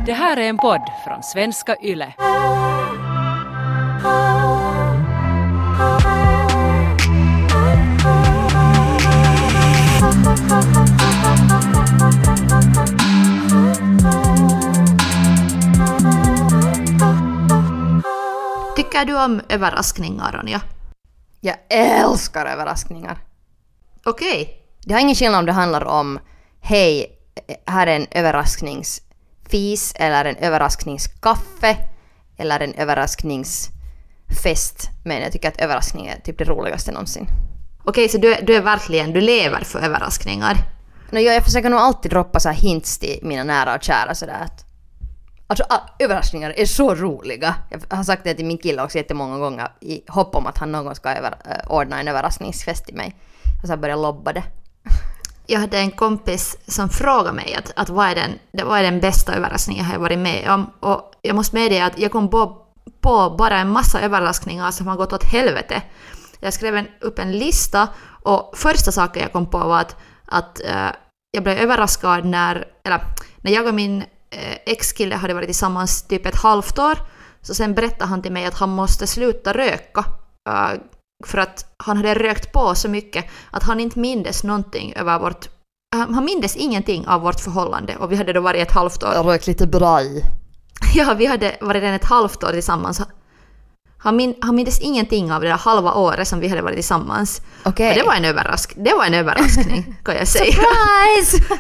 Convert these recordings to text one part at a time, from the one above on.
Det här är en podd från Svenska Yle. Tycker du om överraskningar, Ronja? Jag älskar överraskningar. Okej. Det har ingen skillnad om det handlar om hej, här är en överraskningsfis eller en överraskningskaffe eller en överraskningsfest. Men jag tycker att överraskning är typ det roligaste någonsin. Okej, så du är verkligen, du lever för överraskningar. Jag försöker nog alltid droppa så här hints till mina nära och kära sådär att alltså, överraskningar är så roliga. Jag har sagt det till min kille också jättemånga gånger i hopp om att han någon gång ska ordna en överraskningsfest till mig. Och så börjar lobba det. Jag hade en kompis som frågade mig att vad är den bästa överraskningen jag har varit med om. Och jag måste medge att jag kom på bara en massa överraskningar som har gått åt helvete. Jag skrev upp en lista och första saken jag kom på var att jag blev överraskad när jag och min ex-kille hade varit tillsammans typ ett halvt år. Så sen berättade han till mig att han måste sluta röka. För att han hade rökt på så mycket att han inte mindes någonting över han mindes ingenting av vårt förhållande. Och vi hade då varit ett halvt år. Jag rökt lite braj. Ja, vi hade varit ett halvt år tillsammans. Han mindes ingenting av det där halva året som vi hade varit tillsammans. Okay. Det var en överraskning, kan jag säga. Surprise!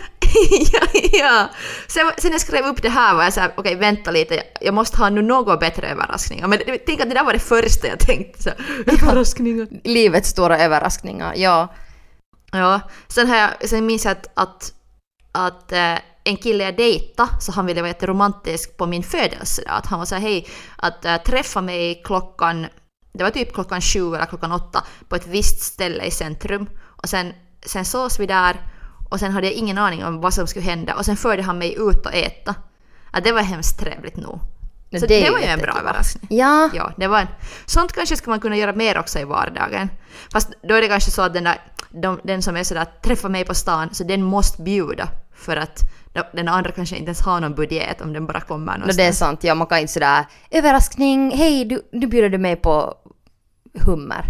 ja. Sen jag skrev upp det här var jag såhär, okej, vänta lite. Jag måste ha nu något bättre överraskningar. Men tänk att det där var det första jag tänkte. Så, överraskningar. Livets stora överraskningar, ja. Ja, sen minns jag att en kille jag dejtade, så han ville vara jätteromantisk på min födelsedag. Att han var så här, hej, att träffa mig det var typ klockan 7 eller klockan 8 på ett visst ställe i centrum. Och sen sås vi där och sen hade jag ingen aning om vad som skulle hända. Och sen förde han mig ut och äta. Ja, det var hemskt trevligt nog. Så det var ju en bra överraskning. Ja. Sånt kanske ska man kunna göra mer också i vardagen. Fast då är det kanske så att den som är sådär, träffa mig på stan, så den måste bjuda. För att den andra kanske inte ens har någon budget om den bara kommer någonstans. Det är sant, ja, man kan inte sådär, överraskning, hej, du bjuder du mig på hummer.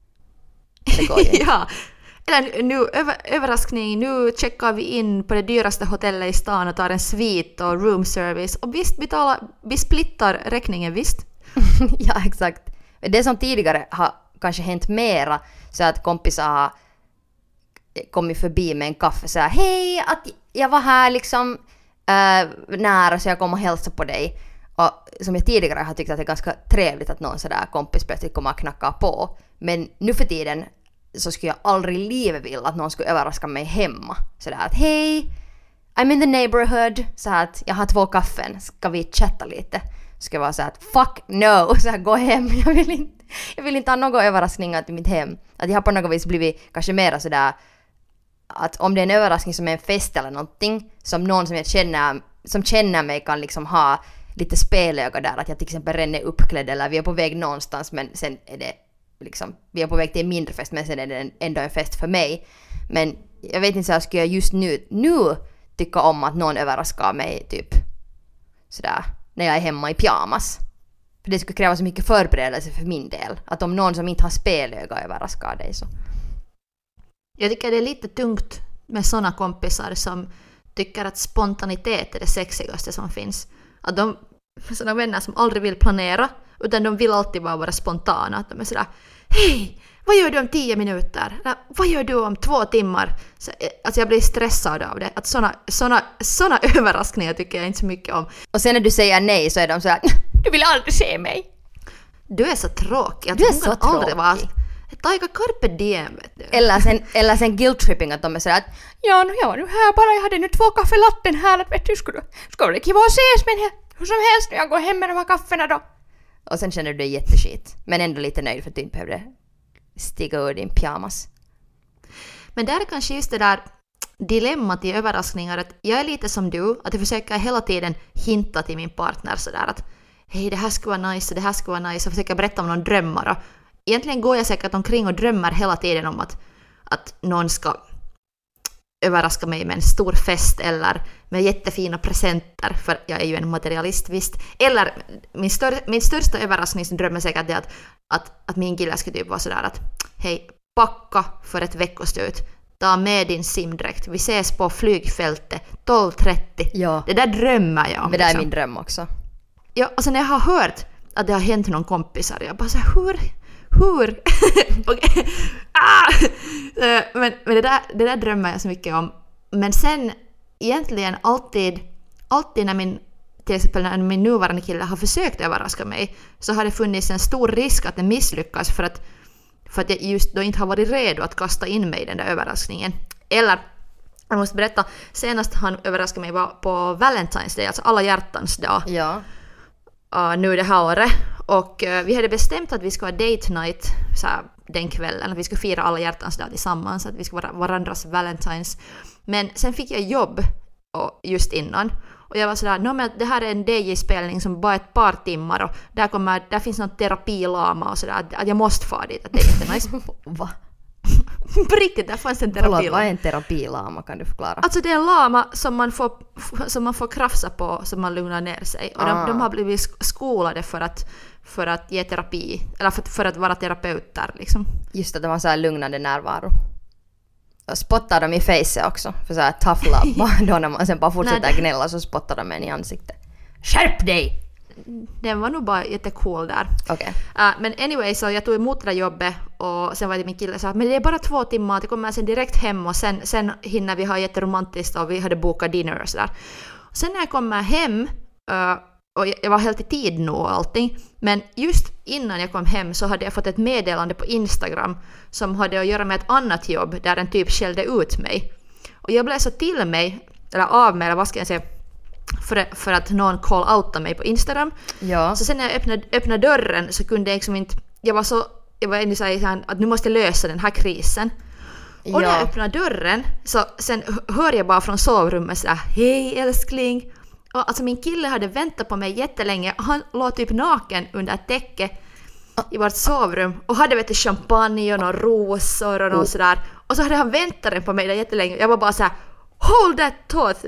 Det går ju. Ja, eller nu, överraskning, nu checkar vi in på det dyraste hotellet i stan och tar en svit och room service. Och vi splittar räkningen, visst? Ja, exakt. Det som tidigare har kanske hänt mera, så att kompisar har kommit förbi med en kaffe så här, hej, att jag var här liksom nära så jag kom och hälsa på dig. Och som jag tidigare har tyckt att det är ganska trevligt att någon sådär kompis plötsligt kommer att knacka på. Men nu för tiden så skulle jag aldrig i livet vilja att någon skulle överraska mig hemma. Sådär att hej, I'm in the neighborhood. Så här att jag har 2 kaffen, ska vi chatta lite? Ska jag vara så här att fuck no, så här, gå hem. Jag vill inte ha några överraskningar till mitt hem. Att jag har på något vis blivit kanske mera sådär att om det är en överraskning som är en fest eller någonting som någon som jag känner mig kan liksom ha lite spelöga där, att jag till exempel ränner uppklädd eller vi är på väg någonstans men sen är det liksom, vi är på väg till en mindre fest men sen är det ändå en fest för mig. Men jag vet inte så här, skulle jag just nu tycka om att någon överraskar mig typ sådär när jag är hemma i pyjamas. För det skulle kräva så mycket förberedelse för min del. Att om någon som inte har spelöga överraskar dig så. Jag tycker det är lite tungt med såna kompisar som tycker att spontanitet är det sexigaste som finns. Att såna vänner som aldrig vill planera, utan de vill alltid vara spontana. Att de är sådär, hej, vad gör du om 10 minuter? Vad gör du om 2 timmar? Så, alltså jag blir stressad av det. Att såna överraskningar tycker jag inte så mycket om. Och sen när du säger nej så är de såhär, du vill aldrig se mig. Du är så tråkig. Du är så tråkig. Taika carpe diem, vet du. Eller sen guilt-tripping att de är sådär att ja, nu jag var nu här bara, jag hade nu 2 kaffelatten här, att vet du, ska det kiva att ses, men hur som helst, jag går hem med de här kaffena då. Och sen känner du dig jätteskit, men ändå lite nöjd för att du inte behövde stiga ur din pyjamas. Men där är kanske just det där dilemmat i överraskningar, att jag är lite som du, att jag försöker hela tiden hinta till min partner sådär att hej, det här skulle vara nice, det här skulle vara nice, och försöker berätta om någon drömmar. Och egentligen går jag säkert omkring och drömmer hela tiden om att någon ska överraska mig med en stor fest eller med jättefina presenter, för jag är ju en materialist visst. Eller min största överraskningsdröm är säkert det att min kille skulle typ vara sådär att hej, packa för ett veckoslut. Ta med din simdräkt. Vi ses på flygfältet 12:30. Ja. Det där drömmer jag om. Det där är liksom. min dröm också. Ja, och sen när jag har hört att det har hänt någon kompisar, jag bara så här, hur? Okej. Men det där drömmer jag så mycket om. Men sen egentligen alltid när till exempel när min nuvarande kille har försökt överraska mig, så har det funnits en stor risk att det misslyckas för att jag just då inte har varit redo att kasta in mig i den där överraskningen. Eller, jag måste berätta, senast han överraskade mig var på Valentine's Day, alltså alla hjärtans dag. Ja. Nu det här året. Och vi hade bestämt att vi ska ha date night så här, den kvällen. Att vi ska fira alla hjärtans dag tillsammans. Att vi ska vara varandras Valentines. Men sen fick jag jobb just innan. Och jag var sådär, men det här är en DJ-spelning som bara ett par timmar. Och där finns något terapilama och sådär. Att jag måste få dit. Att det är jättenice. Va? På riktigt, där fanns en terapilama. Vad är en terapilama, kan du förklara? Alltså det är en lama som man får krafsa på så man lugnar ner sig. Och de har blivit skolade för att ge terapi. Eller för att vara terapeuter liksom. Just att de har så här lugnande närvaro. Och spottar dem i face också. För så här tough love. Då när man sen bara fortsätter gnälla så spottar de en i ansiktet. Skärp dig! Den var nog bara jättecool där. Okay. Men anyway, så jag tog emot det där jobbet och sen var det min kille sa men det är bara 2 timmar, det kommer sen direkt hem och sen hinner vi ha jätteromantiskt och vi hade bokat dinner och sådär. Sen när jag kommer hem och jag var helt i tid nu och allting, men just innan jag kom hem så hade jag fått ett meddelande på Instagram som hade att göra med ett annat jobb där en typ skällde ut mig. Och jag blev så till mig, eller av mig, eller vad ska jag säga, för att någon call-outade mig på Instagram. Ja. Så sen när jag öppnade dörren så kunde jag liksom inte... Jag var ändå så här att nu måste jag lösa den här krisen. Och när jag öppnade dörren så sen hör jag bara från sovrummet så här, hej älskling. Och alltså min kille hade väntat på mig jättelänge. Han låg typ naken under ett täcke i vårt sovrum och hade champagne och några rosor och något sådär. Och så hade han väntat på mig där jättelänge. Jag var bara så här, hold that thought.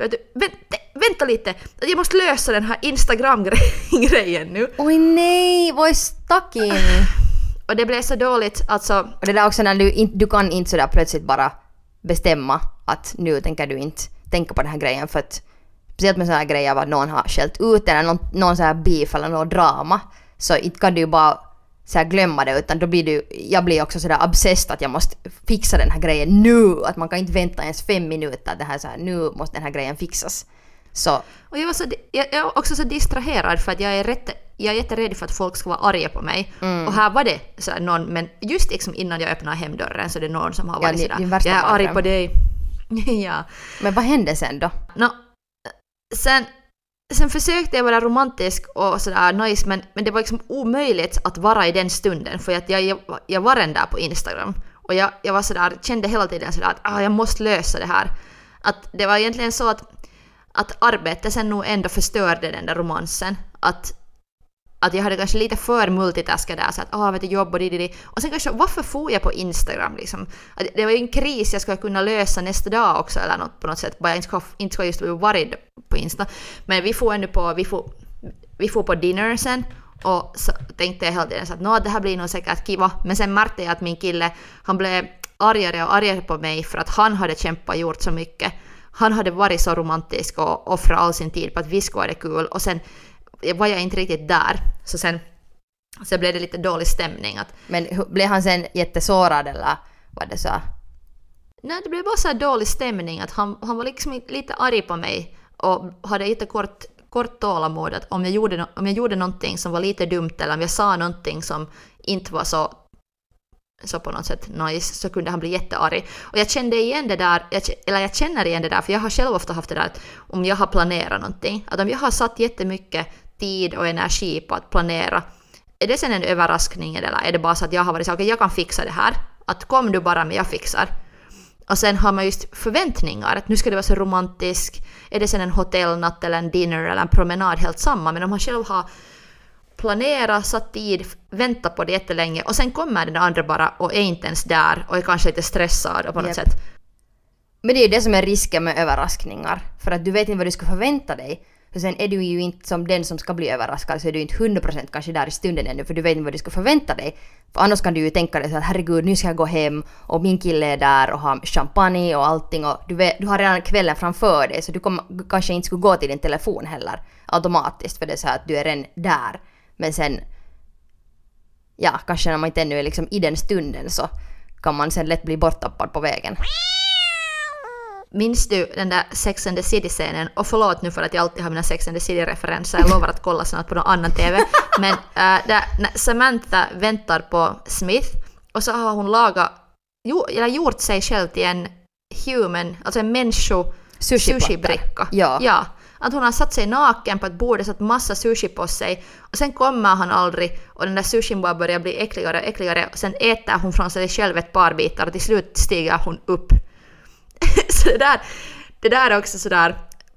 Vänta lite. Jag måste lösa den här Instagram-grejen nu. Oj nej, vad är stuck in? Och det blev så dåligt. Alltså. Och det där också när du kan inte sådär plötsligt bara bestämma att nu tänker du inte tänka på den här grejen. För att speciellt med sådana här grejer att någon har skällt ut eller någon så här beef eller någon drama. Så inte kan du bara så här glömma det, utan då blir jag blir också sådär obsessed att jag måste fixa den här grejen nu, att man kan inte vänta ens 5 minuter, det här så här, nu måste den här grejen fixas. Så. Och jag var också så distraherad för att jag är jätterädd för att folk ska vara arga på mig. Och här var det så här, någon, men just liksom innan jag öppnade hemdörren så är det någon som har varit sådär, jag är arg på dig. Ja. Men vad hände sen då? Sen försökte jag vara romantisk och sådär nice, men det var liksom omöjligt att vara i den stunden för att jag var den där på Instagram och jag var sådär, kände hela tiden sådär att jag måste lösa det här. Att det var egentligen så att arbetet sen nog ändå förstörde den där romansen. Att jag hade kanske lite för multitaskat där så att vet du, jobb och det. Och sen kanske, varför får jag på Instagram liksom? Att det var ju en kris jag skulle kunna lösa nästa dag också eller något på något sätt. Bara jag inte ska just bli worried på Insta. Men vi får på dinner sen och så tänkte jag hela tiden så att det här blir nog säkert kiva. Men sen märkte jag att min kille, han blev argare och argare på mig för att han hade kämpat och gjort så mycket. Han hade varit så romantisk och offrat all sin tid på att vi skulle ha det kul och sen var jag inte riktigt där. Så sen blev det lite dålig stämning. Men blev han sen jättesårad eller vad det så? Nej, det blev bara så här dålig stämning. Att han var liksom lite arg på mig och hade jättekort tålamod. Att om jag gjorde någonting som var lite dumt eller om jag sa någonting som inte var så på något sätt nice, så kunde han bli jättearg. Och jag kände igen det där, jag känner igen det där, för jag har själv ofta haft det där att om jag har planerat någonting, att om jag har satt jättemycket tid och energi på att planera, är det sen en överraskning eller är det bara så att jag har varit så okej, jag kan fixa det här, att kom du bara men jag fixar. Och sen har man just förväntningar, att nu ska det vara så romantisk, är det sen en hotellnatt eller en dinner eller en promenad, helt samma, men om man själv har planera, satt tid, vänta på det jättelänge och sen kommer den andra bara och är inte ens där och är kanske lite stressad på något sätt. Men det är ju det som är risken med överraskningar. För att du vet inte vad du ska förvänta dig. För sen är du ju inte som den som ska bli överraskad, så är du inte 100% kanske där i stunden ännu, för du vet inte vad du ska förvänta dig. För annars kan du ju tänka dig att herregud, nu ska jag gå hem och min kille är där och har champagne och allting, och du har redan kvällen framför dig, så du kanske inte skulle gå till din telefon heller automatiskt, för det är så här att du är redan där. Men sen, ja, kanske när man inte ännu är liksom i den stunden, så kan man sen lätt bli borttappad på vägen. Minns du den där Sex and the City-scenen? Och förlåt nu för att jag alltid har mina Sex and the City-referenser. Jag lovar att kolla snart på någon annan TV. Men när Samantha väntar på Smith och så har hon gjort sig själv till en human, alltså en sushi-bricka. Ja. Att hon har satt sig naken på ett bord och satt massa sushi på sig. Och sen kommer han aldrig och den där sushin bara börjar bli äckligare och äckligare. Och sen äter hon från sig själv ett par bitar och till slut stiger hon upp. Så det där är också sådär,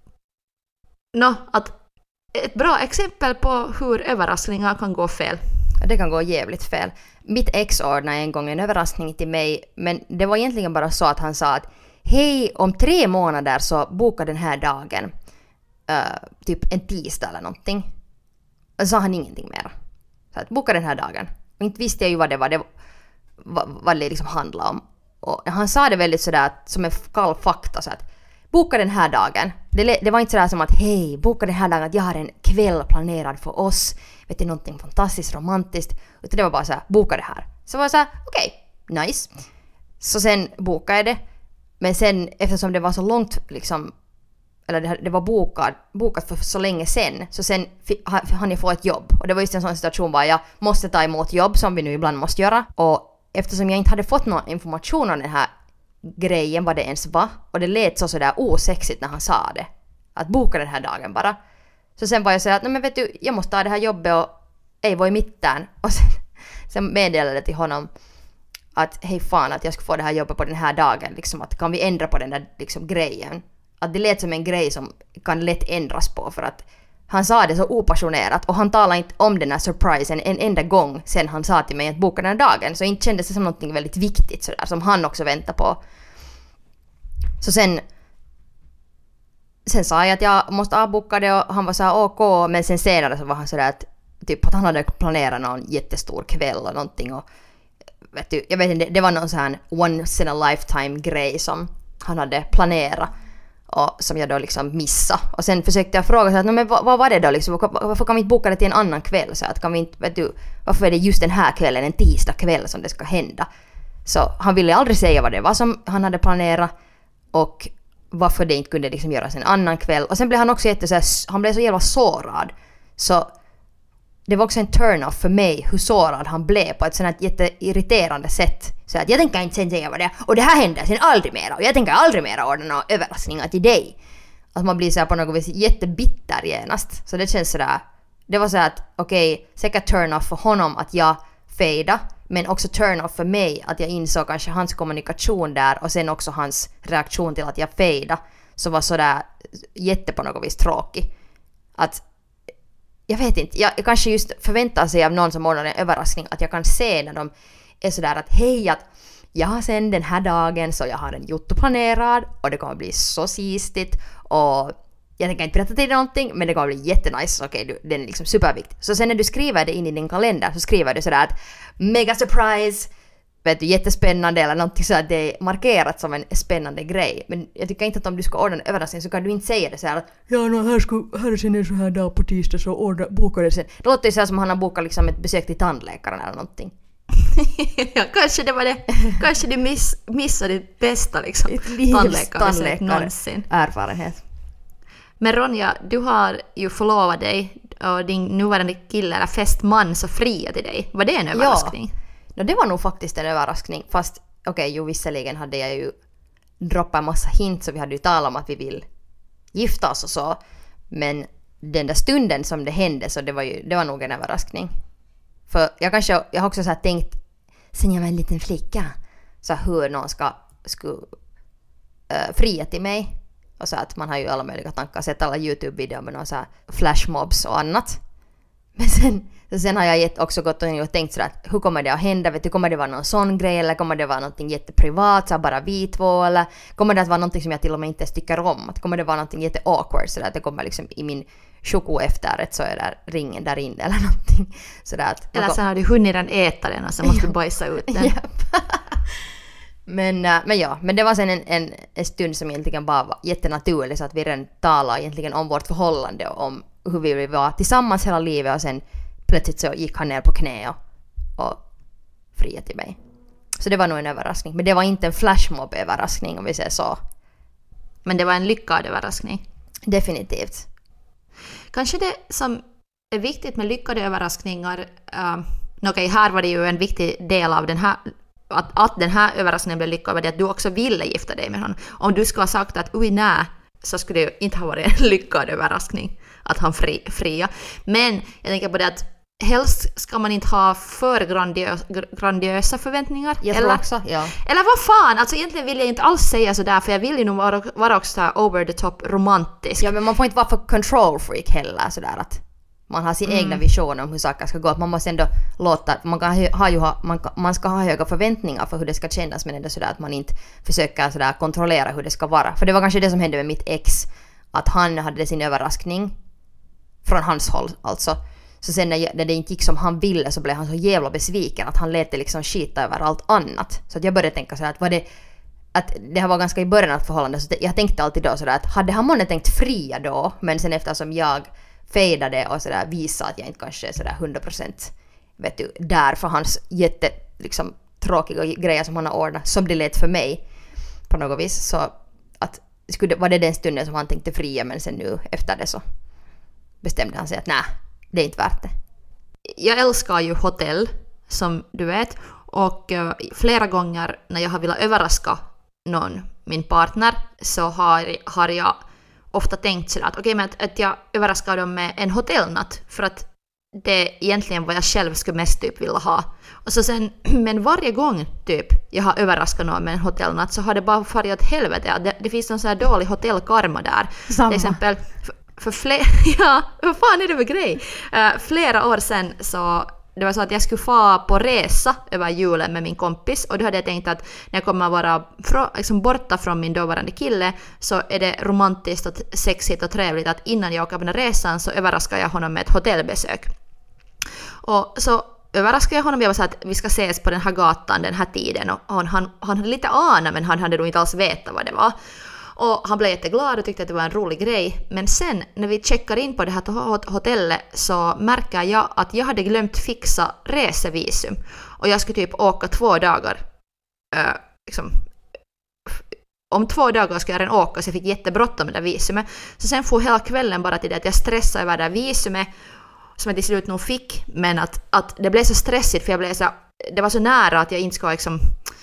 att ett bra exempel på hur överraskningar kan gå fel. Det kan gå jävligt fel. Mitt ex ordnade en gång en överraskning till mig, men det var egentligen bara så att han sa att hej, om 3 månader så boka den här dagen. Typ en tisdag eller någonting. Och så sa han ingenting mer. Så att boka den här dagen. Och inte visste jag ju vad det liksom handlade om. Och han sa det väldigt sådär som en kall fakta, så att boka den här dagen. Det var inte sådär som att hej, boka den här dagen, att jag har en kväll planerad för oss. Vet du, någonting fantastiskt romantiskt. Utan det var bara såhär, boka det här. Så var jag såhär, okej, nice. Så sen bokade jag det. Men sen, eftersom det var så långt liksom, eller det var bokat för så länge sen, så sen hann jag få ett jobb. Och det var just en sån situation där jag måste ta emot jobb, som vi nu ibland måste göra. Och eftersom jag inte hade fått någon information om den här grejen, vad det ens var, och det lät så där osexigt när han sa det, att boka den här dagen bara. Så sen var jag så att, nej men vet du, jag måste ta det här jobbet och ej var i mitten. Och sen meddelade jag till honom att hej fan, att jag ska få det här jobbet på den här dagen, liksom, att kan vi ändra på den där liksom grejen. Att det lät som en grej som kan lätt ändras på, för att han sa det så opassionerat och han talade inte om den här surprisen en enda gång sen han sa till mig att boka den här dagen. Så inte kändes det som något väldigt viktigt sådär, som han också väntar på. Så sen sa jag att jag måste avboka det och han var så här OK, men sen senare så var han sådär att typ att han hade planerat någon jättestor kväll och någonting, och vet du, jag vet inte, det var någon sån här once in a lifetime grej som han hade planerat. Och som jag då liksom missade. Och sen försökte jag fråga så att, men vad var det då liksom? Varför kan vi inte boka det till en annan kväll? Så att kan vi inte, vet du, varför är det just den här kvällen, en tisdag kväll, som det ska hända? Så han ville aldrig säga vad det var som han hade planerat och varför det inte kunde liksom göras en annan kväll. Och sen blev han också han blev så jävla sårad. Så det var också en turn-off för mig hur sårad han blev på ett sånt här jätteirriterande sätt. Så att jag tänker inte sen säga vad det är. Och det här händer sen aldrig mera. Och jag tänker aldrig mera ordna några överraskningar till dig. Att man blir så här på något vis jättebitter genast. Så det känns sådär. Det var så att okej, säkert turn-off för honom att jag fejda. Men också turn-off för mig att jag insåg kanske hans kommunikation där. Och sen också hans reaktion till att jag fejda. Så var sådär jätte på något vis tråkig. Att jag vet inte, jag kanske just förväntar sig av någon som ordnar en överraskning att jag kan se när de är sådär att hej, att jag har sen den här dagen så jag har en jotto planerad och det kommer bli så sistigt och jag tänker inte berätta till dig någonting, men det kommer bli jättenice. Okej, den är liksom superviktig. Så sen när du skriver det in i din kalender så skriver du sådär att mega surprise, vet du, jättespännande eller någonting så att det är markerat som en spännande grej. Men jag tycker inte att om du ska ordna en överraskning så kan du inte säga det så här att ja, här är sen en så här dag på tisdag så bokar det sen. Det låter ju så här som han har bokat liksom ett besök till tandläkaren eller någonting. Ja, kanske det var det. Kanske du missade ditt bästa liksom tandläkare någonsin. Erfarenhet. Men Ronja, du har ju förlovat dig och din nuvarande kille eller fästman så fria till dig. Var det en överraskning? Ja, det var nog faktiskt en överraskning. Fast visserligen hade jag ju droppat en massa hint så vi hade ju talat om att vi vill gifta oss och så. Men den där stunden som det hände så det var nog en överraskning. För jag har också så här tänkt sen jag var en liten flicka så hur någon skulle fria till mig. Och så att man har ju alla möjliga tankar, sett alla YouTube-videor med någon så här flashmobs och annat. Men sen har jag också gått och tänkt sådär att hur kommer det att hända? Vet du, kommer det vara någon sån grej eller kommer det vara någonting jätteprivat, så bara vi två, eller kommer det att vara någonting som jag till och med inte ens tycker om? Att kommer det vara någonting jätteawkward sådär att det kommer liksom i min choko efterrätt så är där ringen där inne eller någonting. Sådär att eller så har du hunnit den äta den och så måste du bajsa ut den. Men det var sen en stund som egentligen bara var jättenaturlig, så att vi redan talade egentligen om vårt förhållande och om hur vi vill vara tillsammans hela livet, och sen plötsligt så gick han ner på knä och friade till mig. Så det var nog en överraskning, men det var inte en flashmob-överraskning om vi säger så. Men det var en lyckad överraskning. Definitivt. Kanske det som är viktigt med lyckade överraskningar, okej, här var det ju en viktig del av den här, att den här överraskningen blev lyckad, var det att du också ville gifta dig med honom. Om du skulle ha sagt att nej, så skulle det ju inte ha varit en lyckad överraskning att han fria. Men jag tänker på det att helst ska man inte ha för grandiösa förväntningar. Eller också, ja. Eller vad fan, alltså egentligen vill jag inte alls säga sådär, för jag vill ju nog vara också där over the top romantisk. Ja, men man får inte vara för control freak heller, sådär att man har sin egna vision om hur saker ska gå. Att man måste ändå låta, man ska ha höga förväntningar för hur det ska kännas, men ändå sådär att man inte försöker sådär kontrollera hur det ska vara. För det var kanske det som hände med mitt ex, att han hade sin överraskning från hans håll alltså. Så sen när det inte gick som han ville så blev han så jävla besviken att han lät det liksom skita över allt annat. Så att jag började tänka så här att det här var ganska i början av förhållandet, så jag tänkte alltid då sådär att hade han månne tänkt fria då, men sen eftersom jag fejdade och sådär visade att jag inte kanske är sådär 100% vet du, där för hans jätte liksom tråkiga grejer som han har ordnat, som det lät för mig på något vis, så att var det den stunden som han tänkte fria, men sen nu efter det så bestämde han sig att nej, det är inte värt det. Jag älskar ju hotell, som du vet, och flera gånger när jag har velat överraska någon, min partner, så har jag ofta tänkt sådär att okej, men att jag överraskar dem med en hotellnatt, för att det är egentligen vad jag själv skulle mest typ vilja ha. Och så sen, men varje gång typ jag har överraskat någon med en hotellnatt så har det bara farit åt helvete. Det finns någon sån här dålig hotellkarma där. Samma. Till exempel ja, vad fan är det för grej? Flera år sedan så det var så att jag skulle få på resa över julen med min kompis, och då hade jag tänkt att när jag kommer vara liksom borta från min dåvarande kille så är det romantiskt och sexigt och trevligt att innan jag åker på den resan så överraskar jag honom med ett hotellbesök. Och så överraskade jag honom, jag var så att vi ska ses på den här gatan den här tiden, och han hade lite ana, men han hade nog inte alls veta vad det var. Och han blev jätteglad och tyckte att det var en rolig grej. Men sen när vi checkar in på det här hotellet så märker jag att jag hade glömt fixa resevisum. Och jag skulle typ åka 2 dagar. Liksom, om 2 dagar ska jag redan åka, så jag fick jättebråttom med det visumet. Så sen får hela kvällen bara till det att jag stressade över det visumet, som jag till slut nog fick. Men att det blev så stressigt, för jag blev så, det var så nära att jag inte ska liksom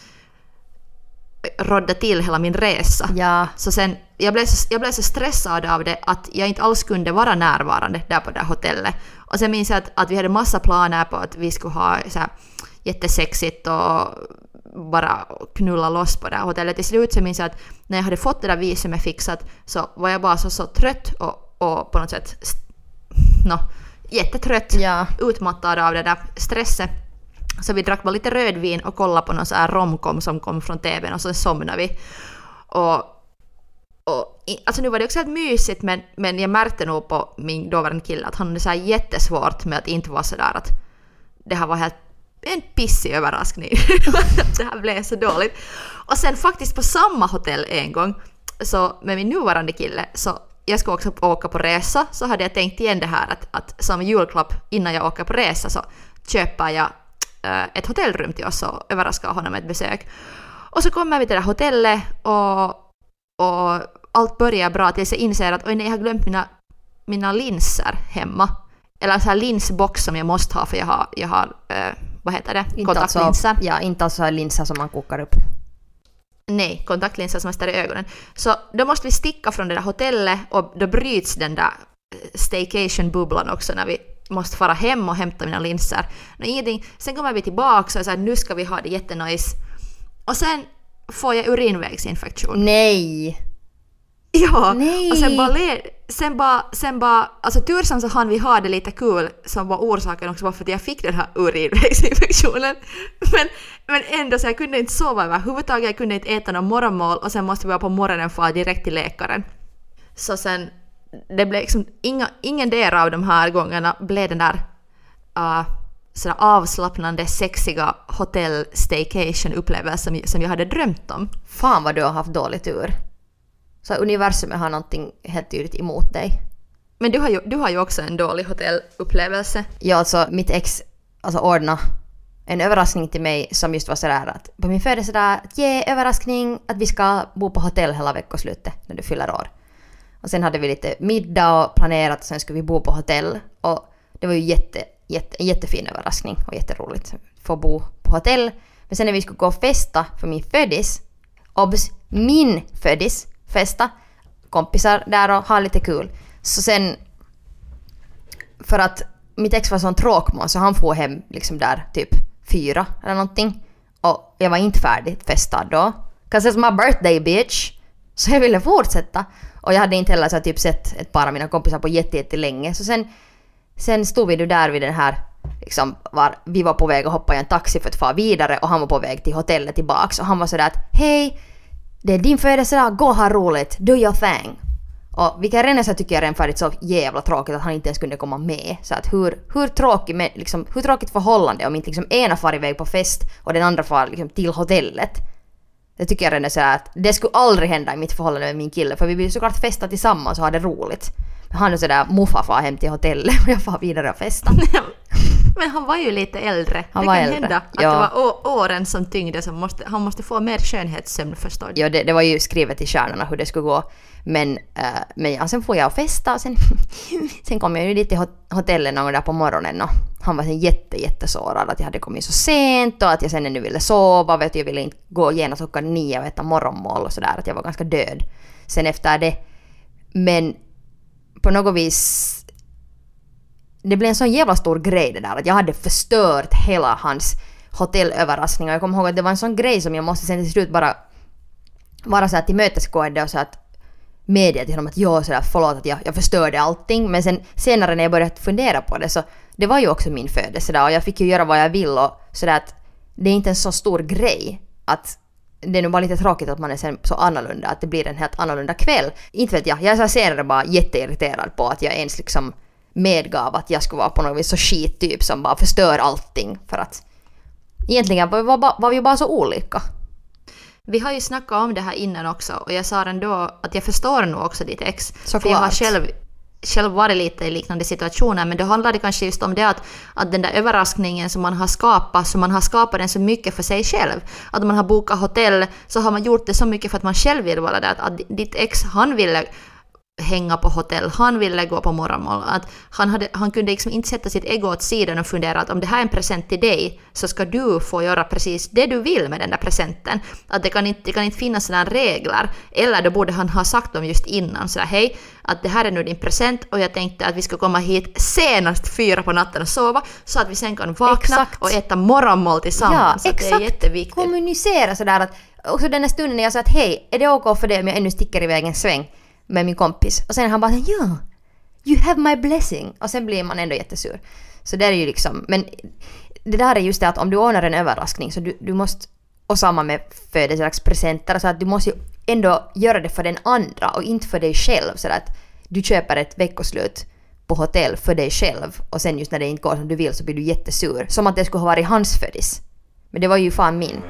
rodda till hela min resa. Ja. Så sen, jag blev så stressad av det att jag inte alls kunde vara närvarande där på det hotellet. Och sen minns jag att vi hade massa planer på att vi skulle ha så här jättesexigt och bara knulla loss på det här hotellet. Till slut så minns jag att när jag hade fått det där visumet fixat så var jag bara så trött och på något sätt jättetrött, utmattad av det där stresset. Så vi drack bara lite rödvin och kollade på någon så här romcom som kom från tvn, och så somnade vi. Och alltså nu var det också helt mysigt, men jag märkte nog på min dåvarande kille att han hade så här jättesvårt med att inte vara så där att det här var helt en pissig överraskning. Det här blev så dåligt. Och sen faktiskt på samma hotell en gång, så med min nuvarande kille, så jag ska också åka på resa, så hade jag tänkt igen det här att som julklapp innan jag åker på resa så köper jag ett hotellrum till oss och överraskar honom med ett besök. Och så kommer vi till det hotellet och allt börjar bra tills jag inser att jag har glömt mina linser hemma. Eller så här linsbox som jag måste ha, för jag har vad heter det? Kontaktlinser. Inte alltså linser som man kokar upp. Nej, kontaktlinser som man ställer i ögonen. Så då måste vi sticka från det där hotellet, och då bryts den där staycation-bubblan också när vi måste fara hem och hämta mina linser. Ingenting. Sen kommer vi tillbaka och säger att nu ska vi ha det jättenice. Och sen får jag urinvägsinfektion. Nej! Ja, Nej. och sen bara, alltså tursan så hann vi ha det lite kul som var orsaken också varför att jag fick den här urinvägsinfektionen. Men ändå så jag kunde inte sova överhuvudtaget, jag kunde inte äta någon morgonmål och sen måste vi vara på morgonen för direkt till läkaren. Så sen, det blev liksom ingen del av de här gångerna blev den där sådär avslappnande, sexiga hotell-staycation-upplevelsen som jag hade drömt om. Fan vad du har haft dålig tur. Så universumet har någonting helt tydligt emot dig. Men du har ju också en dålig hotellupplevelse. Ja, alltså mitt ex ordna en överraskning till mig som just var sådär att på min födelsedag, överraskning att vi ska bo på hotell hela veckoslutet när du fyller år. Och sen hade vi lite middag och planerat och sen skulle vi bo på hotell. Och det var ju en jättefin överraskning och jätteroligt att få bo på hotell. Men sen när vi skulle gå och festa för min födis, min födis, festa, kompisar där och ha lite kul. Så sen, för att mitt ex var sån tråkmål så han får hem liksom där typ 4 eller någonting. Och jag var inte färdig festad då. 'Cause it's my birthday bitch. Så jag ville fortsätta. Och jag hade inte heller så typ sett ett par av mina kompisar på jättelänge. Så sen stod vi där vid den här liksom, vi var på väg att hoppa i en taxi för att få vidare och han var på väg till hotellet tillbaks och han var sådär att hej, det är din födelsedag, gå och ha roligt, do your thing. Och vilka redan så tycker jag redan färdigt så jävla tråkigt att han inte ens kunde komma med. Så att hur tråkigt förhållande om inte liksom ena far iväg på fest och den andra far liksom till hotellet. Det tycker jag redan så att det skulle aldrig hända i mitt förhållande med min kille för vi vill såklart festa tillsammans och ha det roligt. Men han är sådär muffa far hem till hotellet och jag far vidare och festa. Men han var ju lite äldre. Han var äldre. Hända att det var åren som tyngde som han måste få mer skönhetssömn förstås. Ja, det var ju skrivet i stjärnorna hur det skulle gå. Men sen får jag och festa och sen kom jag ju dit till hotellet någon där på morgonen och han var sen jättesårad att jag hade kommit så sent och att jag sen ännu ville sova. Vet du, jag ville inte gå genast klockan 9 och äta morgonmål och sådär. Att jag var ganska död sen efter det. Men på något vis det blev en sån jävla stor grej det där att jag hade förstört hela hans hotellöverraskning och jag kommer ihåg att det var en sån grej som jag måste sen till slut bara vara så här tillmötesgående och så att media till honom att jag så där förlåt att jag förstörde allting men sen senare när jag började fundera på det så det var ju också min födelsedag och jag fick ju göra vad jag vill och så där att det är inte en så stor grej att det är nog bara lite tråkigt att man är sen så annorlunda att det blir en helt annorlunda kväll. Inte vet jag är så senare bara jätteirriterad på att jag ens liksom medgav att jag skulle vara på något vis så skit typ som bara förstör allting för att egentligen var vi bara så olika. Vi har ju snackat om det här innan också och jag sa ändå att jag förstår nog också ditt ex. Såklart. För jag har själv varit lite i liknande situationer men då handlar det kanske just om det att den där överraskningen som man har skapat den så mycket för sig själv. Att man har bokat hotell så har man gjort det så mycket för att man själv vill vara där. Att ditt ex han ville hänga på hotell, han ville gå på morgonmål. Att han kunde liksom inte sätta sitt ego åt sidan och fundera att om det här är en present till dig så ska du få göra precis det du vill med den där presenten. Att det kan inte finnas sådana regler. Eller då borde han ha sagt dem just innan. Så hej, att det här är nu din present och jag tänkte att vi ska komma hit senast 4 på natten och sova så att vi sen kan vakna och äta morgonmål tillsammans. Ja, exakt. Det är jätteviktigt. Kommunicera sådär att också den här stunden när jag sa att hej, är det okej för det om jag ännu sticker iväg en sväng med min kompis. Och sen han bara, ja, you have my blessing. Och sen blir man ändå jättesur. Så det är ju liksom, men det där är just det att om du ordnar en överraskning så du måste, och samma med födelsedagspresenter, så att du måste ju ändå göra det för den andra och inte för dig själv. Så att du köper ett veckoslut på hotell för dig själv och sen just när det inte går som du vill så blir du jättesur. Som att det skulle ha varit hans födis. Men det var ju fan min.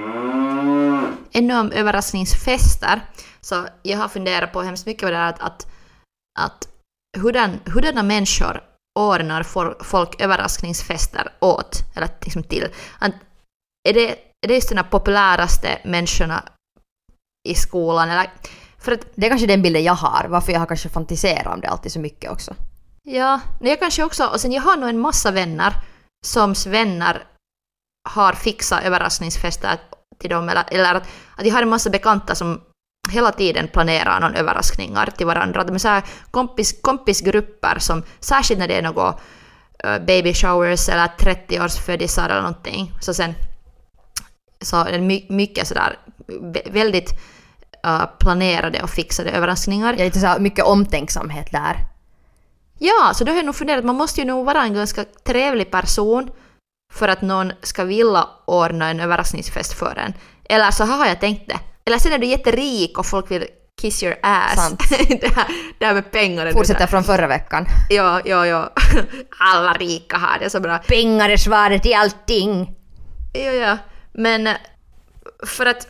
Ännu om överraskningsfester. Så jag har funderat på hemskt mycket på det att hurdana människor ordnar folk överraskningsfester åt eller liksom till. Att är det just de populäraste människorna i skolan? Eller, för att, det är kanske den bilden jag har. Varför jag har kanske fantiserat om det alltid så mycket också. Ja, jag kanske också. Och sen jag har nog en massa vänner soms vänner har fixat överraskningsfester till dem. Eller att jag har en massa bekanta som hela tiden planerar någon överraskningar till varandra. De är så här kompisgrupper som särskilt när det är något baby showers eller 30-årsfödisar eller någonting. Så är det mycket sådär väldigt planerade och fixade överraskningar. Jag är inte så mycket omtänksamhet där. Ja, så då har jag nog funderat att man måste ju nog vara en ganska trevlig person för att någon ska vilja ordna en överraskningsfest för en. Eller så har jag tänkt det. Eller sen är du jätterik och folk vill kiss your ass. Sant. det här med pengar. Fortsätter från förra veckan. Ja. Alla rika har det så bra. Pengar är svaret i allting. Ja. Men för att...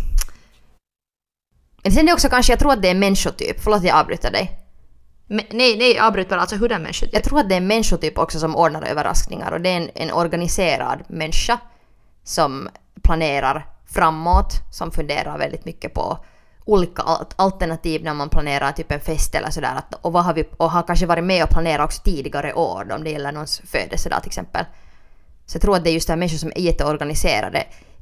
Men sen är det också kanske, jag tror att det är en människotyp. Förlåt jag avbryter dig. Nej, avbryt bara. Alltså hur den människotyp? Jag tror att det är en människotyp också som ordnar överraskningar. Och det är en organiserad människa som planerar framåt. Som funderar väldigt mycket på olika alternativ när man planerar typ en fest eller sådär. Och har kanske varit med och planerat också tidigare år om det gäller någons födelsedag till exempel. Så jag tror att det är just det här människor som är jätteorganiserade.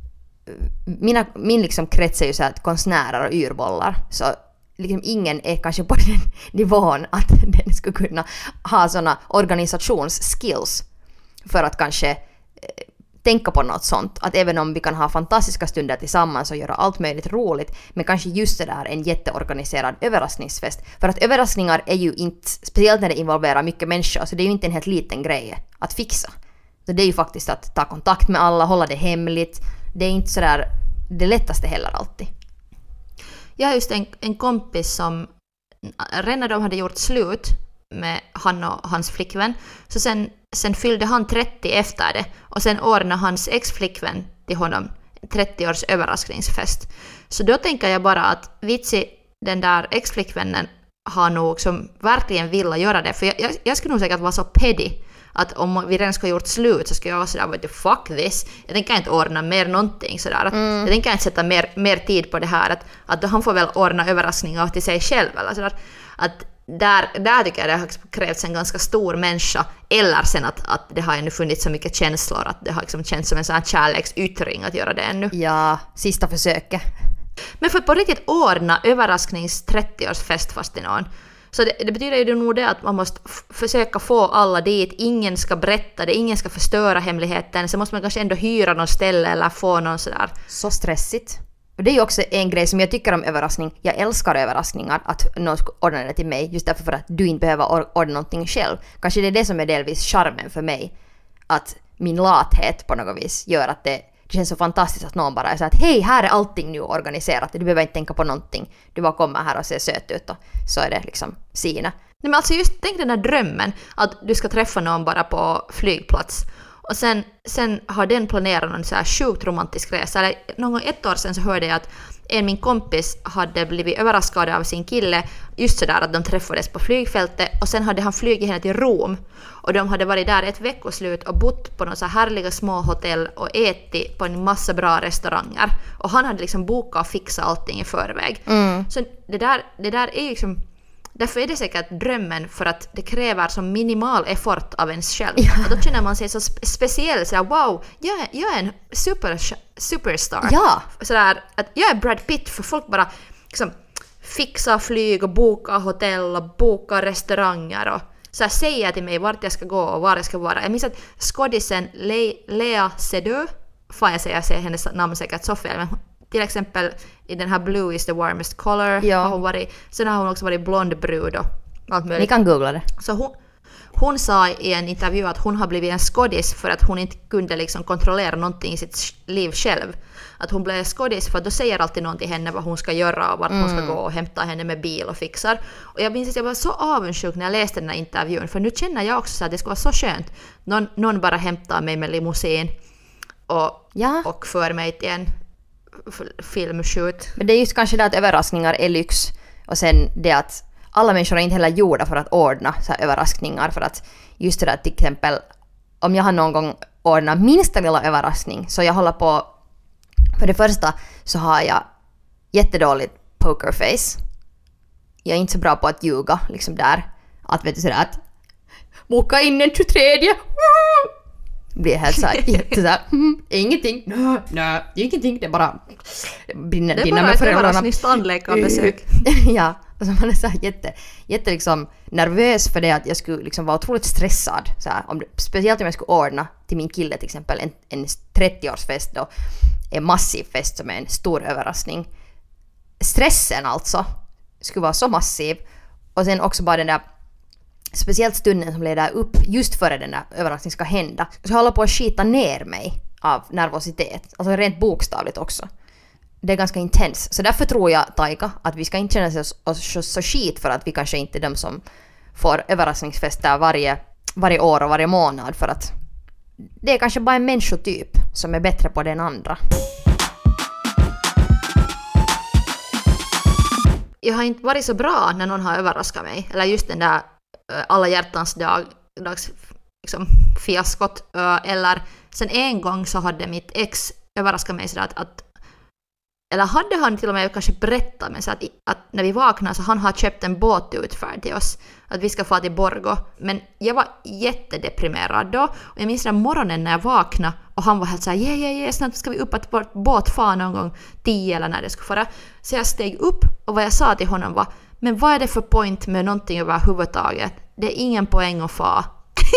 Min liksom krets är ju så här konstnärer och yrbollar. Så liksom ingen är kanske på den nivån att den skulle kunna ha såna organisationsskills för att kanske tänka på något sånt. Att även om vi kan ha fantastiska stunder tillsammans och göra allt möjligt roligt, men kanske just det där en jätteorganiserad överraskningsfest. För att överraskningar är ju inte, speciellt när det involverar mycket människor, så det är ju inte en helt liten grej att fixa. Så det är ju faktiskt att ta kontakt med alla, hålla det hemligt. Det är inte sådär det lättaste heller alltid. Jag har just en kompis som redan när de hade gjort slut med han och hans flickvän, så sen fyllde han 30 efter det och sen ordnade hans ex-flickvän till honom 30-års överraskningsfest. Så då tänker jag bara att vitsi, den där ex-flickvännen har nog som verkligen vill göra det, för jag skulle nog säkert vara så petty att om vi redan skulle ha gjort slut så skulle jag vara sådär, what the fuck this? Jag tänker inte ordna mer någonting sådär. Jag tänker inte sätta mer tid på det här. Att han får väl ordna överraskningar till sig själv. Eller sådär. Att där tycker jag det har krävts en ganska stor människa. Eller sen att det har ännu funnits så mycket känslor att det har liksom känts som en sån här kärleksyttring att göra det ännu. Ja, sista försöket. Men för att på riktigt ordna överrasknings 30-årsfest fast till någon. Så det betyder ju nog det att man måste försöka få alla dit. Ingen ska berätta det, ingen ska förstöra hemligheten. Så måste man kanske ändå hyra någon ställe eller få någon sådär. Så stressigt. Och det är ju också en grej som jag tycker om överraskning. Jag älskar överraskningar, att någon ska ordna det till mig. Just därför för att du inte behöver ordna någonting själv. Kanske det är det som är delvis charmen för mig. Att min lathet på något vis gör att det känns så fantastiskt att någon bara är så att hej, här är allting nu organiserat. Du behöver inte tänka på någonting. Du bara kommer här och ser söt ut och så är det liksom sina. Nej, men alltså just tänk den här drömmen att du ska träffa någon bara på flygplats. Och sen har den planerat någon så här sjukt romantisk resa. Eller någon gång 1 år sedan så hörde jag att min kompis hade blivit överraskad av sin kille just sådär att de träffades på flygfältet och sen hade han flugit henne till Rom och de hade varit där ett veckoslut och bott på några så härliga små hotell och ätit på en massa bra restauranger och han hade liksom bokat och fixat allting i förväg. Så det där är liksom, därför är det säkert drömmen, för att det kräver så minimal effort av ens själv. Ja. Och då känner man sig så speciell. Så här, wow, jag är en superstar. Ja. Så där, att jag är Brad Pitt, för folk bara liksom, fixar flyg och bokar hotell och bokar restauranger och så här, säger till mig vart jag ska gå och var jag ska vara. Jag minns att skådisen Lea Seydoux, får jag säga hennes namn säkert så fel, men till exempel i den här Blue is the warmest color har hon varit. Sen har hon också varit blond brud och allt möjligt. Ni kan googla det. Så hon sa i en intervju att hon har blivit en skådis för att hon inte kunde liksom kontrollera någonting i sitt liv själv. Att hon blev skådis för att då säger alltid någon till henne vad hon ska göra och vart hon ska gå och hämta henne med bil och fixar. Och jag minns att jag var så avundsjuk när jag läste den här intervjun, för nu känner jag också så att det skulle vara så skönt. Någon bara hämtar mig med limousin och för mig till en filmshoot. Men det är just kanske det att överraskningar är lyx, och sen det att alla människor är inte heller gjorda för att ordna så här överraskningar, för att just det där till exempel om jag har någon gång ordnat minsta lilla överraskning, så jag håller på, för det första så har jag jättedåligt pokerface. Jag är inte så bra på att ljuga liksom där, att vet du sådär att boka in den 23. Blir helt såhär, ingenting, nej, ingenting, det är bara brinner med föräldrarna. Det är bara ett överraskningstandläkarbesök. Ja, och så man är såhär jätte liksom nervös för det, att jag skulle liksom vara otroligt stressad. Såhär, speciellt om jag skulle ordna till min kille till exempel en 30-årsfest då, en massiv fest som är en stor överraskning. stressen alltså skulle vara så massiv. Och sen också bara den där speciellt stunden som leder upp just före den där överraskningen ska hända. Så jag håller på att skita ner mig av nervositet. Alltså rent bokstavligt också. Det är ganska intens. Så därför tror jag, Taika, att vi ska inte känna oss så skit för att vi kanske inte är de som får överraskningsfester varje år och varje månad. För att det är kanske bara en människotyp som är bättre på den andra. Jag har inte varit så bra när någon har överraskat mig. Eller just den där alla hjärtans dags liksom, fiaskot. Eller sen en gång så hade mitt ex överraskat mig sådär att eller hade han till och med kanske berättat men så att när vi vaknade så han har köpt en båtutfärd till oss. Att vi ska få till Borgå. Men jag var jättedeprimerad då. Och jag minns den morgonen när jag vaknade och han var helt såhär, snart ska vi upp att vårt båt far någon gång 10 eller när det skulle fara. Så jag steg upp och vad jag sa till honom var, men vad är det för point med någonting överhuvudtaget? Det är ingen poäng att få.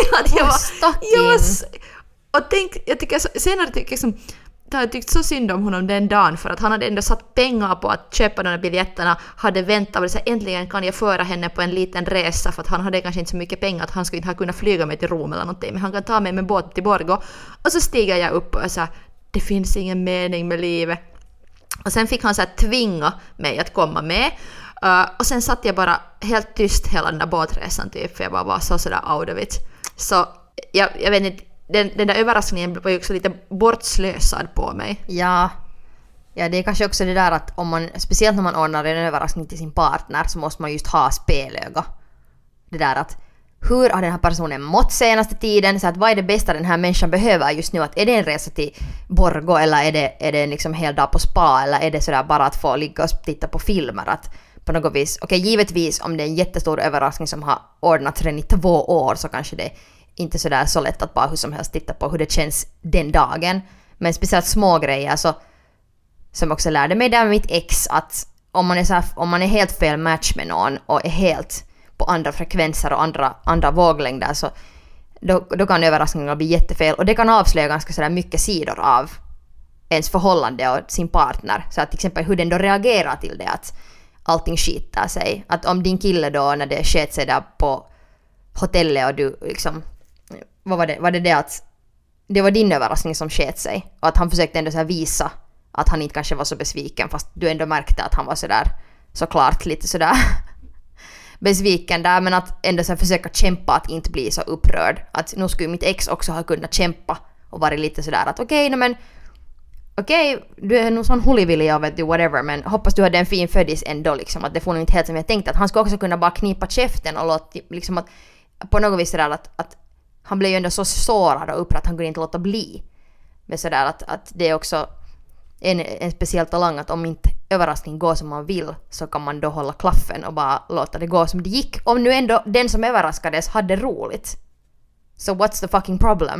Jag tycker senare jag har tyckt så synd om honom den dagen för att han hade ändå satt pengar på att köpa de här biljetterna, hade väntat och så äntligen kan jag föra henne på en liten resa för att han hade kanske inte så mycket pengar att han skulle inte ha kunnat flyga mig till Rom eller någonting, men han kan ta mig med båt till Borgå. Och så stiger jag upp och sa, det finns ingen mening med livet. Och sen fick han så här tvinga mig att komma med. Och sen satt jag bara helt tyst hela den där båtresan typ, för jag bara var sådär out of it. Så jag vet inte, den där överraskningen var ju också lite bortslösad på mig. Ja, det är kanske också det där att om man, speciellt när man ordnar en överraskning till sin partner så måste man just ha spelöga. Det där att hur har den här personen mått senaste tiden? Så att vad är det bästa den här människan behöver just nu? Att är det en resa till Borgå eller är det liksom hel dag på spa eller är det sådär bara att få ligga och titta på filmer? Att på något vis, okej, givetvis om det är en jättestor överraskning som har ordnats redan i 2 år så kanske det inte sådär så lätt att bara hur som helst titta på hur det känns den dagen. Men speciellt små grejer så, som också lärde mig där med mitt ex att om man är helt fel match med någon och är helt på andra frekvenser och andra våglängder så då kan överraskningar bli jättefel och det kan avslöja ganska sådär mycket sidor av ens förhållande och sin partner. Så att till exempel hur den då reagerar till det att allting skitar sig. Att om din kille då när det sket sig där på hotellet och du liksom var det att det var din överraskning som sket sig och att han försökte ändå så här visa att han inte kanske var så besviken fast du ändå märkte att han var sådär såklart lite sådär besviken där men att ändå så här försöka kämpa att inte bli så upprörd att nu skulle mitt ex också ha kunnat kämpa och vara lite sådär att okej, du är nog sån hulivillig av vet du whatever men hoppas du hade en fin födis ändå liksom att det får nog inte helt som jag tänkte att han skulle också kunna bara knipa käften och låta liksom att på något vis sådär att han blev ju ändå så sårad och upprörd att han kunde inte låta bli. Men sådär att det är också en speciell talang att om inte överraskning går som man vill så kan man då hålla klaffen och bara låta det gå som det gick. Om nu ändå den som överraskades hade roligt. So what's the fucking problem?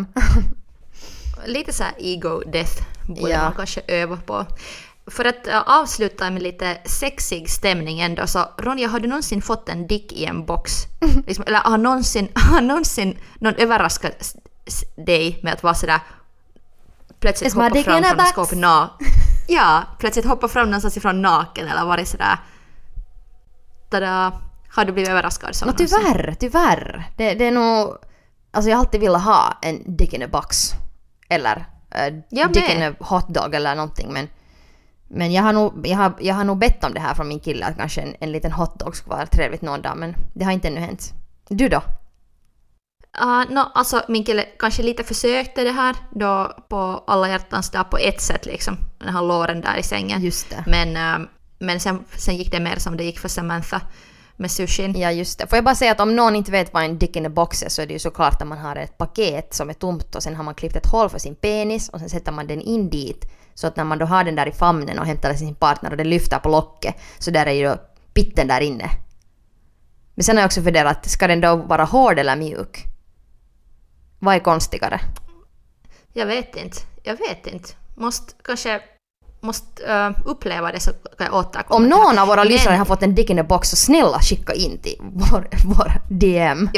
Lite så här ego death borde man kanske öva på. För att avsluta med lite sexig stämning ändå så Ronja, har du någonsin fått en dick i en box? Liksom, eller har någonsin någon överraskat dig med att vara sådär plötsligt hoppa fram från skåpet plötsligt hoppa fram någonstans ifrån naken eller varit sådär tada, har du blivit överraskad så tyvärr. Det är nog alltså jag har alltid velat ha en dick in a box eller dick in a hot dog eller någonting men jag har nog bett om det här från min kille att kanske en liten hotdog skulle vara trevligt någon dag men det har inte ännu hänt. Du då? Alltså min kille kanske lite försökte det här då på alla hjärtans dag på ett sätt liksom när han låg den där i sängen. Just det. Men sen gick det mer som det gick för Samantha med sushin. Ja just det. Får jag bara säga att om någon inte vet vad en dick in a box är så är det ju såklart att man har ett paket som är tomt och sen har man klippt ett hål för sin penis och sen sätter man den in dit. Så att när man då har den där i famnen och hämtar sin partner och det lyfter på locket så där är ju då pitten där inne. Men sen har jag också funderat att ska den då vara hård eller mjuk? Vad är konstigare? Jag vet inte. Måste uppleva det så kan jag återkomma. Om någon av våra lyssnare har fått en dick in a box så snälla skicka in till vår DM.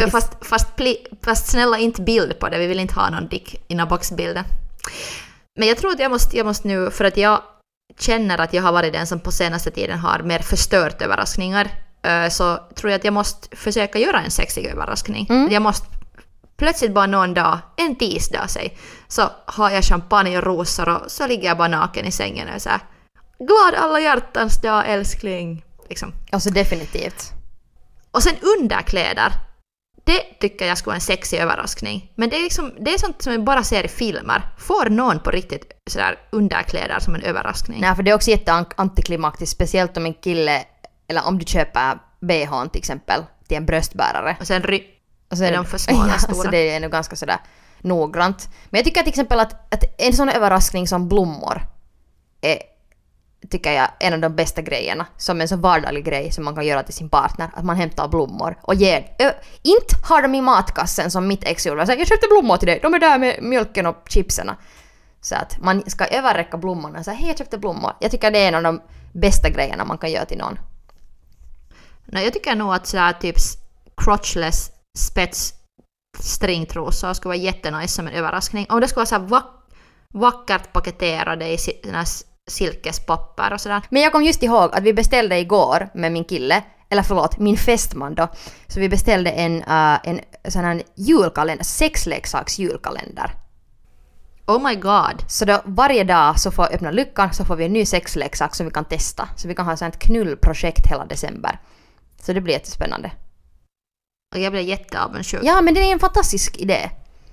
Fast snälla inte bild på det. Vi vill inte ha någon dick in a box bilder. Men jag tror att jag måste nu för att känner att jag har varit den som på senaste tiden har mer förstört överraskningar, så tror jag att jag måste försöka göra en sexig överraskning. Jag måste plötsligt bara någon dag, en tisdag säg, så har jag champagne och rosor och så ligger jag bara naken i sängen och så här, glad alla hjärtans dag älskling. Liksom. Alltså definitivt. Och sen underkläder. Det tycker jag skulle vara en sexig överraskning. Men det är, liksom, det är sånt som man bara ser i filmer. Får någon på riktigt sådär underkläder som en överraskning? Nej, för det är också jätteantiklimaktiskt. Speciellt om en kille, eller om du köper BH till exempel till en bröstbärare. Och sen och så är de för små och stora. Så det är nog ganska sådär noggrant. Men jag tycker till exempel att en sån överraskning som blommor är, tycker jag, en av de bästa grejerna. Som en så vardaglig grej som man kan göra till sin partner. Att man hämtar blommor och ger. Inte har de i matkassen som mitt ex gjorde. Jag köpte blommor till dig. De är där med mjölken och chipserna. Så att man ska överräcka blommorna. Så hej, jag köpte blommor. Jag tycker det är en av de bästa grejerna man kan göra till någon. Nej, jag tycker nog att sådär typ crotchless spets stringtrosor skulle vara jättenice som en överraskning. Om det skulle vara så här vackert paketerade i sina silkespapper och sådär. Men jag kom just ihåg att vi beställde igår med min kille, eller förlåt, min fästman då. Så vi beställde en sån här julkalender, sexleksaks julkalender. Oh my god. Så då varje dag så får jag öppna luckan så får vi en ny sexleksak som vi kan testa. Så vi kan ha ett sånt knullprojekt hela december. Så det blir jättespännande. Och jag blir jätteavundsjuk. Ja, men det är en fantastisk idé.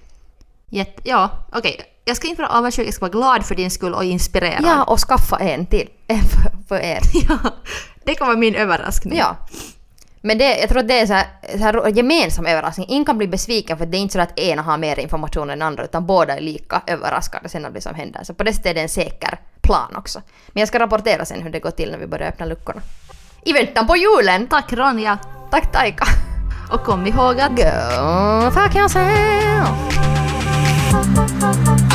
Ja, okej. Jag ska inte vara avundsjuk, jag ska vara glad för din skull och inspirerad. Ja, och skaffa en till för er. Ja, det kan vara min överraskning. Ja. Men jag tror att det är så här gemensam överraskning. Ingen kan bli besviken för det är inte så att ena har mer information än andra utan båda är lika överraskade sen av det som händer. Så på det sättet är det en säker plan också. Men jag ska rapportera sen hur det går till när vi börjar öppna luckorna. I väntan på julen! Tack Ronja! Tack Taika! Och kom ihåg att... Go fuck yourself!